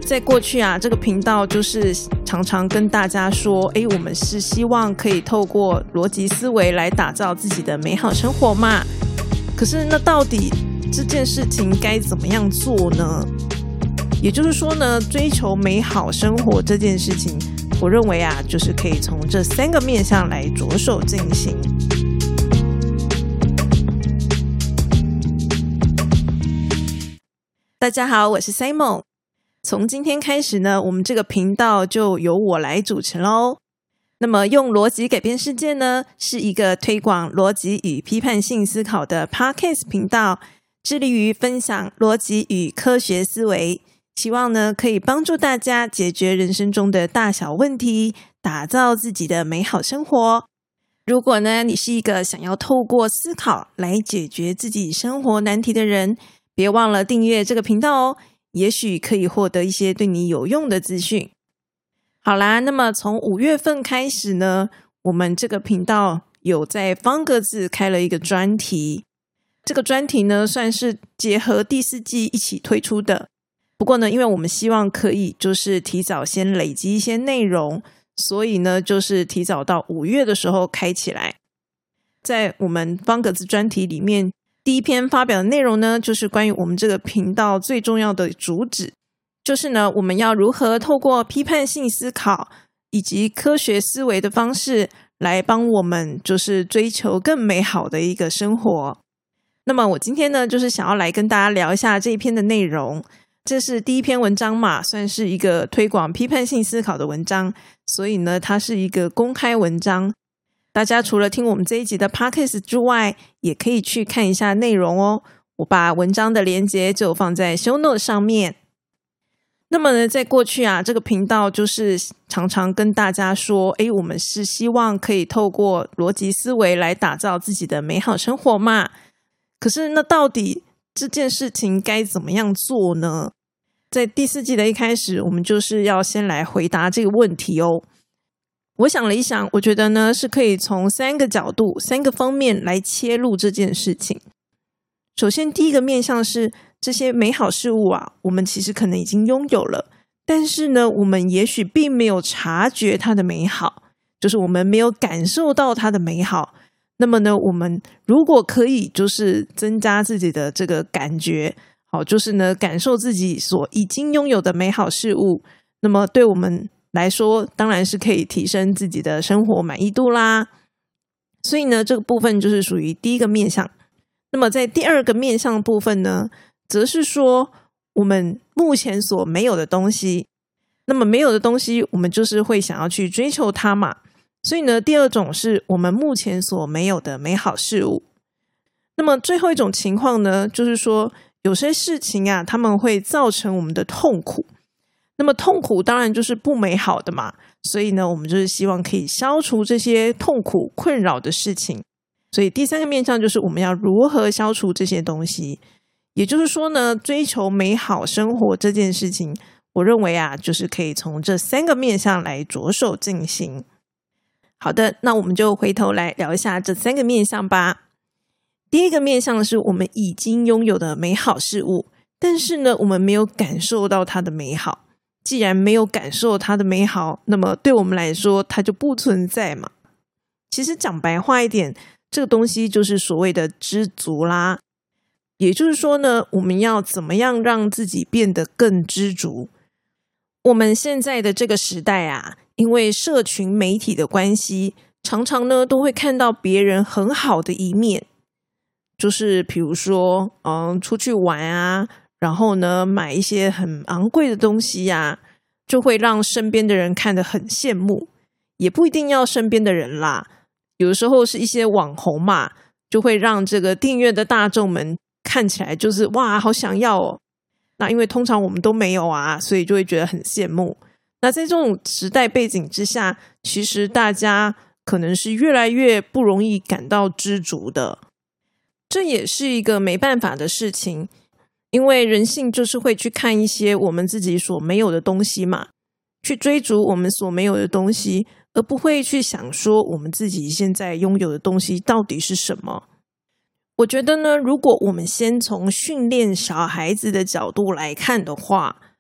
在过去啊，这个频道就是常常跟大家说，我们是希望可以透过逻辑思维来打造自己的美好生活嘛。可是那到底这件事情该怎么样做呢？也就是说呢，追求美好生活这件事情，我认为啊，就是可以从这3个面向来着手进行。大家好，我是 Simon。从今天开始呢，我们这个频道就由我来主持咯。那么用逻辑改变世界呢，是一个推广逻辑与批判性思考的 Podcast 频道，致力于分享逻辑与科学思维，希望呢可以帮助大家解决人生中的大小问题，打造自己的美好生活。如果呢你是一个想要透过思考来解决自己生活难题的人，别忘了订阅这个频道哦，也许可以获得一些对你有用的资讯。好啦，那么从5月份开始呢，我们这个频道有在方格子开了一个专题。这个专题呢，算是结合第4季一起推出的。不过呢，因为我们希望可以就是提早先累积一些内容，所以呢，就是提早到5月的时候开起来。在我们方格子专题里面，第一篇发表的内容呢，就是关于我们这个频道最重要的主旨，就是呢，我们要如何透过批判性思考以及科学思维的方式来帮我们就是追求更美好的一个生活。那么我今天呢，就是想要来跟大家聊一下这一篇的内容。这是第一篇文章嘛，算是一个推广批判性思考的文章，所以呢，它是一个公开文章。大家除了听我们这一集的 Podcast 之外，也可以去看一下内容哦。我把文章的连结就放在 show note 上面。那么呢，在过去啊，这个频道就是常常跟大家说，我们是希望可以透过逻辑思维来打造自己的美好生活嘛。可是那到底这件事情该怎么样做呢？在第4季的一开始，我们就是要先来回答这个问题哦。我想了一想，我觉得呢是可以从3个角度、3个方面来切入这件事情。首先，第一个面向是这些美好事物啊，我们其实可能已经拥有了，但是呢，我们也许并没有察觉它的美好，就是我们没有感受到它的美好。那么呢，我们如果可以就是增加自己的这个感觉，就是呢感受自己所已经拥有的美好事物，那么对我们来说当然是可以提升自己的生活满意度啦。所以呢，这个部分就是属于第一个面向。那么在第2个面向部分呢，则是说我们目前所没有的东西。那么没有的东西，我们就是会想要去追求它嘛。所以呢，第2种是我们目前所没有的美好事物。那么最后一种情况呢，就是说有些事情啊，他们会造成我们的痛苦。那么痛苦当然就是不美好的嘛，所以呢，我们就是希望可以消除这些痛苦困扰的事情。所以第3个面向就是我们要如何消除这些东西。也就是说呢，追求美好生活这件事情，我认为啊，就是可以从这3个面向来着手进行。好的，那我们就回头来聊一下这3个面向吧。第一个面向是我们已经拥有的美好事物，但是呢，我们没有感受到它的美好。既然没有感受它的美好，那么对我们来说，它就不存在嘛。其实讲白话一点，这个东西就是所谓的知足啦。也就是说呢，我们要怎么样让自己变得更知足？我们现在的这个时代啊，因为社群媒体的关系，常常呢都会看到别人很好的一面，就是比如说出去玩啊，然后呢买一些很昂贵的东西啊，就会让身边的人看得很羡慕。也不一定要身边的人啦，有时候是一些网红嘛，就会让这个订阅的大众们看起来就是哇好想要哦。那因为通常我们都没有啊，所以就会觉得很羡慕。那在这种时代背景之下，其实大家可能是越来越不容易感到知足的。这也是一个没办法的事情，因为人性就是会去看一些我们自己所没有的东西嘛，去追逐我们所没有的东西，而不会去想说我们自己现在拥有的东西到底是什么。我觉得呢，如果我们先从训练小孩子的角度来看的话，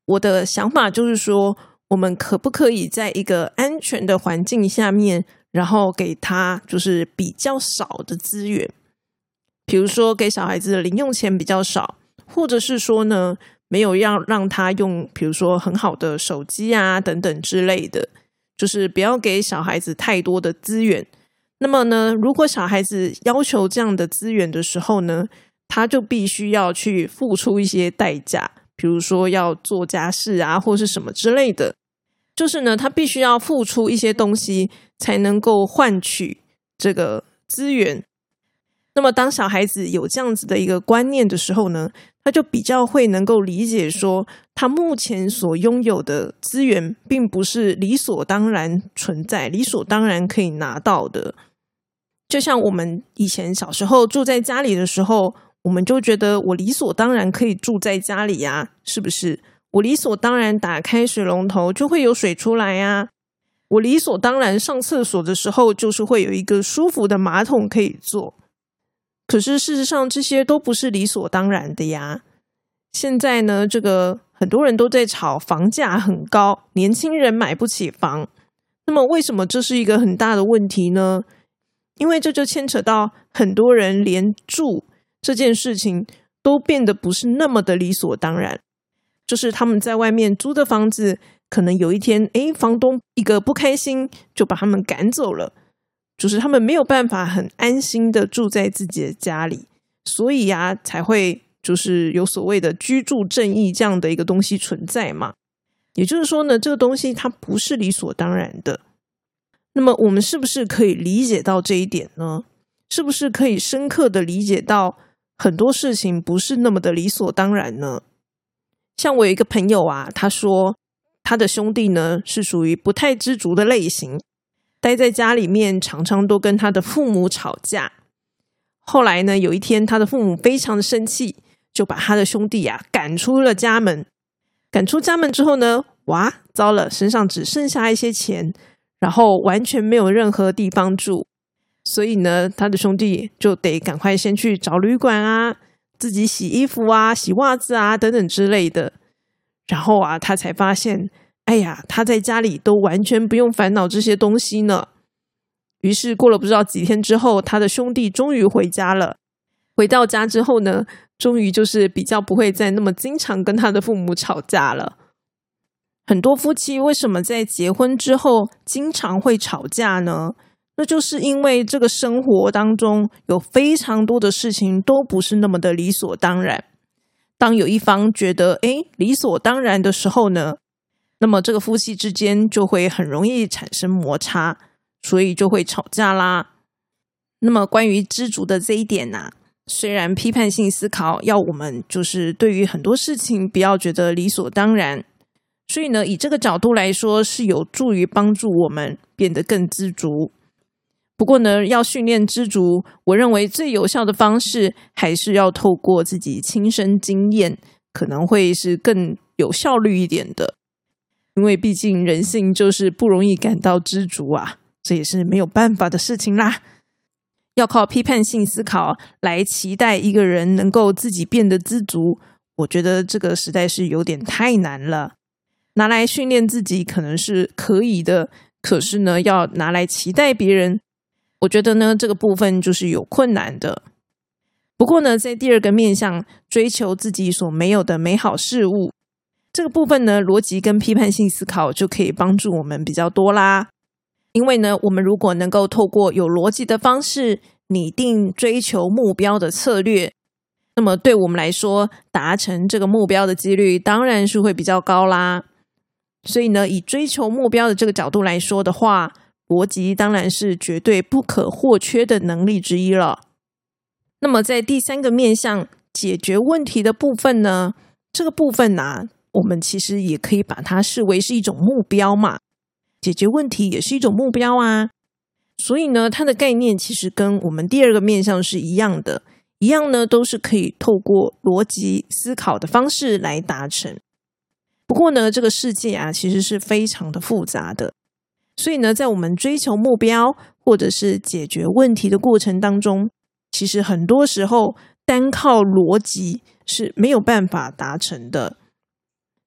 我的想法就是说，我们可不可以在一个安全的环境下面，然后给他就是比较少的资源，比如说给小孩子的零用钱比较少，或者是说呢，没有要让他用比如说很好的手机啊等等之类的，就是不要给小孩子太多的资源。那么呢，如果小孩子要求这样的资源的时候呢，他就必须要去付出一些代价，比如说要做家事啊，或是什么之类的，就是呢，他必须要付出一些东西才能够换取这个资源。那么当小孩子有这样子的一个观念的时候呢，他就比较会能够理解说，他目前所拥有的资源并不是理所当然存在，理所当然可以拿到的。就像我们以前小时候住在家里的时候，我们就觉得我理所当然可以住在家里啊，是不是？我理所当然打开水龙头就会有水出来啊，我理所当然上厕所的时候就是会有一个舒服的马桶可以坐。可是事实上这些都不是理所当然的呀。现在呢，这个很多人都在吵房价很高，年轻人买不起房。那么为什么这是一个很大的问题呢？因为这就牵扯到很多人连住这件事情都变得不是那么的理所当然，就是他们在外面租的房子，可能有一天房东一个不开心就把他们赶走了，就是他们没有办法很安心的住在自己的家里，所以啊才会就是有所谓的居住正义这样的一个东西存在嘛。也就是说呢，这个东西它不是理所当然的。那么我们是不是可以理解到这一点呢？是不是可以深刻的理解到很多事情不是那么的理所当然呢？像我有一个朋友啊，他说他的兄弟呢是属于不太知足的类型，待在家里面常常都跟他的父母吵架。后来呢，有一天他的父母非常的生气，就把他的兄弟啊赶出了家门。赶出家门之后呢，哇，糟了，身上只剩下一些钱，然后完全没有任何地方住。所以呢，他的兄弟就得赶快先去找旅馆啊，自己洗衣服啊、洗袜子啊等等之类的。然后啊，他才发现，哎呀，他在家里都完全不用烦恼这些东西呢。于是过了不知道几天之后，他的兄弟终于回家了。回到家之后呢，终于就是比较不会再那么经常跟他的父母吵架了。很多夫妻为什么在结婚之后经常会吵架呢？那就是因为这个生活当中有非常多的事情都不是那么的理所当然。当有一方觉得理所当然的时候呢，那么这个夫妻之间就会很容易产生摩擦，所以就会吵架啦。那么关于知足的这一点啊，虽然批判性思考要我们就是对于很多事情不要觉得理所当然，所以呢，以这个角度来说是有助于帮助我们变得更知足。不过呢，要训练知足，我认为最有效的方式还是要透过自己亲身经验，可能会是更有效率一点的。因为毕竟人性就是不容易感到知足啊，这也是没有办法的事情啦。要靠批判性思考来期待一个人能够自己变得知足，我觉得这个实在是有点太难了。拿来训练自己可能是可以的，可是呢，要拿来期待别人，我觉得呢，这个部分就是有困难的。不过呢，在第二个面向，追求自己所没有的美好事物，这个部分呢，逻辑跟批判性思考就可以帮助我们比较多啦。因为呢，我们如果能够透过有逻辑的方式拟定追求目标的策略，那么对我们来说，达成这个目标的几率当然是会比较高啦。所以呢，以追求目标的这个角度来说的话，逻辑当然是绝对不可或缺的能力之一了。那么在第三个面向解决问题的部分呢，这个部分啊，我们其实也可以把它视为是一种目标嘛，解决问题也是一种目标啊。所以呢，它的概念其实跟我们第二个面向是一样的，一样呢都是可以透过逻辑思考的方式来达成。不过呢，这个世界啊其实是非常的复杂的，所以呢，在我们追求目标或者是解决问题的过程当中，其实很多时候单靠逻辑是没有办法达成的。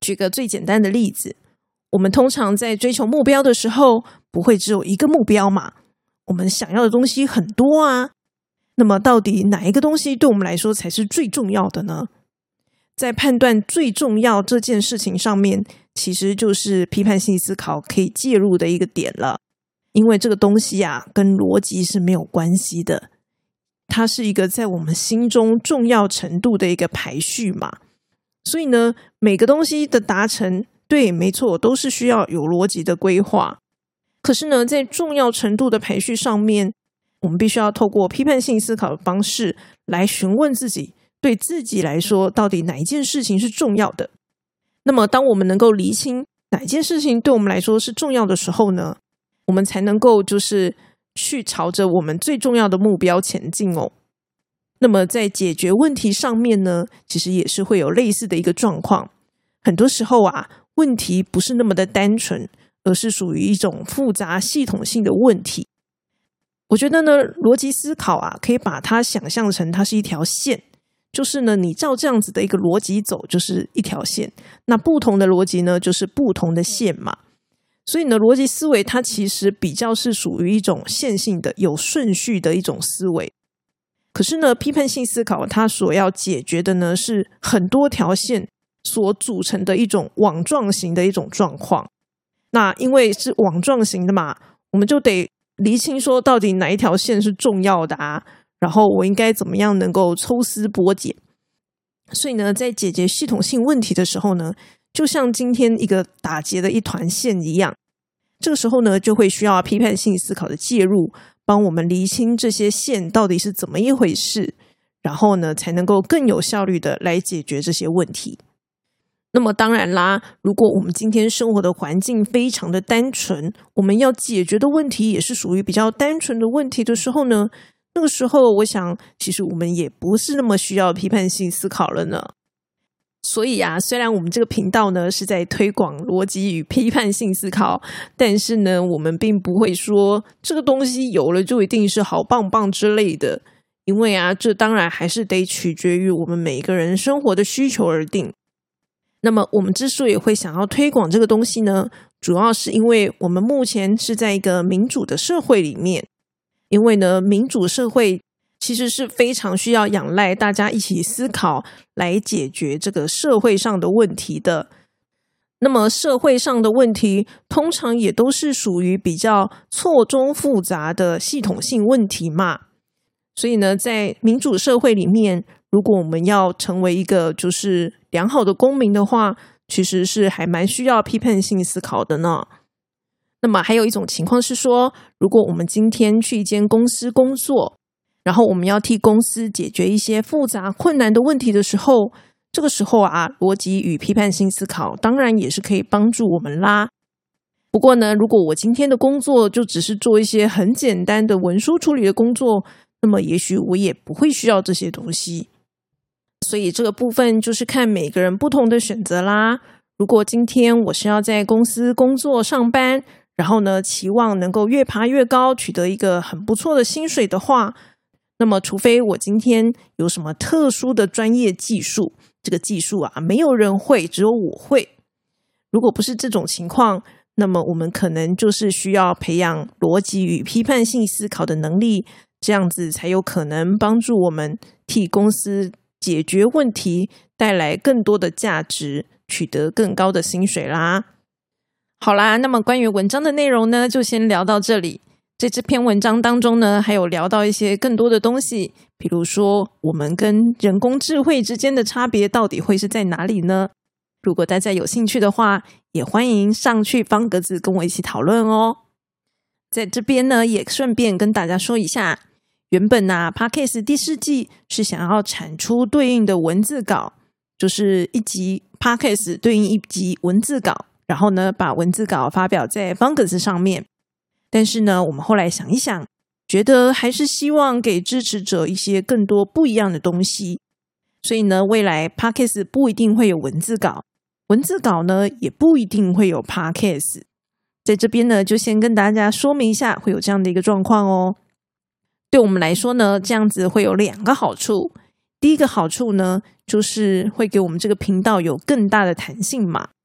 举个最简单的例子，我们通常在追求目标的时候，不会只有一个目标嘛，我们想要的东西很多啊。那么到底哪一个东西对我们来说才是最重要的呢？在判断最重要这件事情上面，其实就是批判性思考可以介入的一个点了。因为这个东西啊，跟逻辑是没有关系的，它是一个在我们心中重要程度的一个排序嘛。所以呢，每个东西的达成，对，没错，都是需要有逻辑的规划。可是呢，在重要程度的排序上面，我们必须要透过批判性思考的方式来询问自己，对自己来说，到底哪一件事情是重要的。那么当我们能够厘清哪一件事情对我们来说是重要的时候呢，我们才能够就是去朝着我们最重要的目标前进哦。那么在解决问题上面呢，其实也是会有类似的一个状况。很多时候啊，问题不是那么的单纯，而是属于一种复杂系统性的问题。我觉得呢，逻辑思考啊，可以把它想象成它是一条线，就是呢，你照这样子的一个逻辑走，就是一条线。那不同的逻辑呢，就是不同的线嘛。所以呢，逻辑思维它其实比较是属于一种线性的、有顺序的一种思维。可是呢，批判性思考它所要解决的呢，是很多条线所组成的一种网状型的一种状况。那因为是网状型的嘛，我们就得厘清说到底哪一条线是重要的啊，然后我应该怎么样能够抽丝剥茧。所以呢，在解决系统性问题的时候呢，就像今天一个打结的一团线一样，这个时候呢，就会需要批判性思考的介入，帮我们厘清这些线到底是怎么一回事，然后呢，才能够更有效率的来解决这些问题。那么当然啦，如果我们今天生活的环境非常的单纯，我们要解决的问题也是属于比较单纯的问题的时候呢，那个时候我想其实我们也不是那么需要批判性思考了呢。所以啊，虽然我们这个频道呢是在推广逻辑与批判性思考，但是呢，我们并不会说这个东西有了就一定是好棒棒之类的，因为啊，这当然还是得取决于我们每个人生活的需求而定。那么我们之所以会想要推广这个东西呢，主要是因为我们目前是在一个民主的社会里面，因为呢，民主社会其实是非常需要仰赖大家一起思考来解决这个社会上的问题的。那么社会上的问题通常也都是属于比较错综复杂的系统性问题嘛。所以呢，在民主社会里面，如果我们要成为一个就是良好的公民的话，其实是还蛮需要批判性思考的呢。那么还有一种情况是说，如果我们今天去一间公司工作，然后我们要替公司解决一些复杂困难的问题的时候，这个时候啊，逻辑与批判性思考当然也是可以帮助我们啦。不过呢，如果我今天的工作就只是做一些很简单的文书处理的工作，那么也许我也不会需要这些东西。所以这个部分就是看每个人不同的选择啦。如果今天我是要在公司工作上班，然后呢，期望能够越爬越高，取得一个很不错的薪水的话，那么除非我今天有什么特殊的专业技术，这个技术啊，没有人会，只有我会。如果不是这种情况，那么我们可能就是需要培养逻辑与批判性思考的能力，这样子才有可能帮助我们替公司解决问题，带来更多的价值，取得更高的薪水啦。好啦，那么关于文章的内容呢，就先聊到这里。在这篇文章当中呢，还有聊到一些更多的东西，比如说我们跟人工智慧之间的差别到底会是在哪里呢？如果大家有兴趣的话，也欢迎上去方格子跟我一起讨论哦。在这边呢，也顺便跟大家说一下，原本啊 Podcast 第4季是想要产出对应的文字稿，就是一集 Podcast 对应一集文字稿，然后呢把文字稿发表在方格子上面。但是呢，我们后来想一想，觉得还是希望给支持者一些更多不一样的东西。所以呢，未来 Podcast 不一定会有文字稿，文字稿呢也不一定会有 Podcast。在这边呢，就先跟大家说明一下会有这样的一个状况哦。对我们来说呢，这样子会有2个好处。第一个好处呢，就是会给我们这个频道有更大的弹性嘛。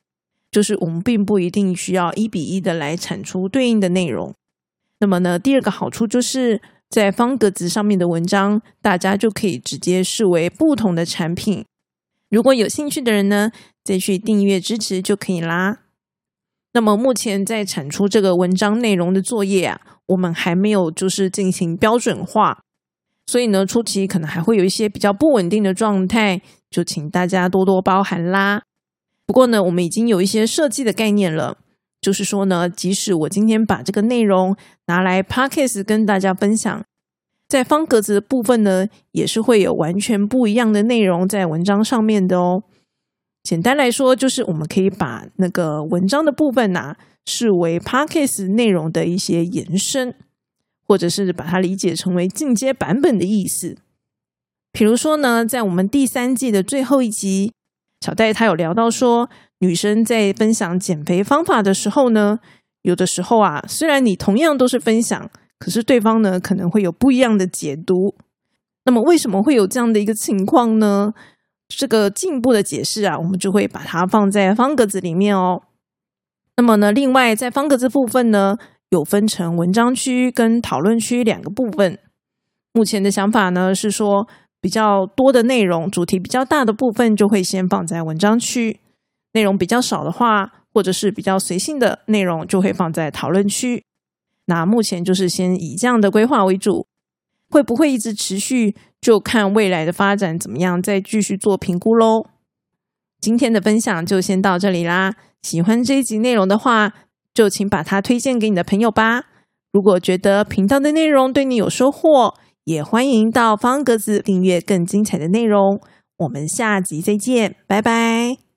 就是我们并不一定需要1:1的来产出对应的内容。那么呢，第二个好处就是在方格子上面的文章，大家就可以直接视为不同的产品。如果有兴趣的人呢，再去订阅支持就可以啦。那么目前在产出这个文章内容的作业啊，我们还没有就是进行标准化，所以呢，初期可能还会有一些比较不稳定的状态，就请大家多多包涵啦。不过呢，我们已经有一些设计的概念了，就是说呢，即使我今天把这个内容拿来 Podcast 跟大家分享，在方格子的部分呢，也是会有完全不一样的内容在文章上面的哦。简单来说，就是我们可以把那个文章的部分视为 Podcast 内容的一些延伸，或者是把它理解成为进阶版本的意思。比如说呢，在我们第3季的最后一集，小戴他有聊到说，女生在分享减肥方法的时候呢，有的时候虽然你同样都是分享，可是对方呢可能会有不一样的解读。那么为什么会有这样的一个情况呢？这个进一步的解释我们就会把它放在方格子里面哦。那么呢，另外在方格子部分呢，有分成文章区跟讨论区2个部分。目前的想法呢是说，比较多的内容，主题比较大的部分就会先放在文章区，内容比较少的话，或者是比较随性的内容就会放在讨论区。那目前就是先以这样的规划为主，会不会一直持续，就看未来的发展怎么样，再继续做评估咯。今天的分享就先到这里啦，喜欢这一集内容的话，就请把它推荐给你的朋友吧。如果觉得频道的内容对你有收获，也欢迎到方格子订阅更精彩的内容。我们下集再见，拜拜。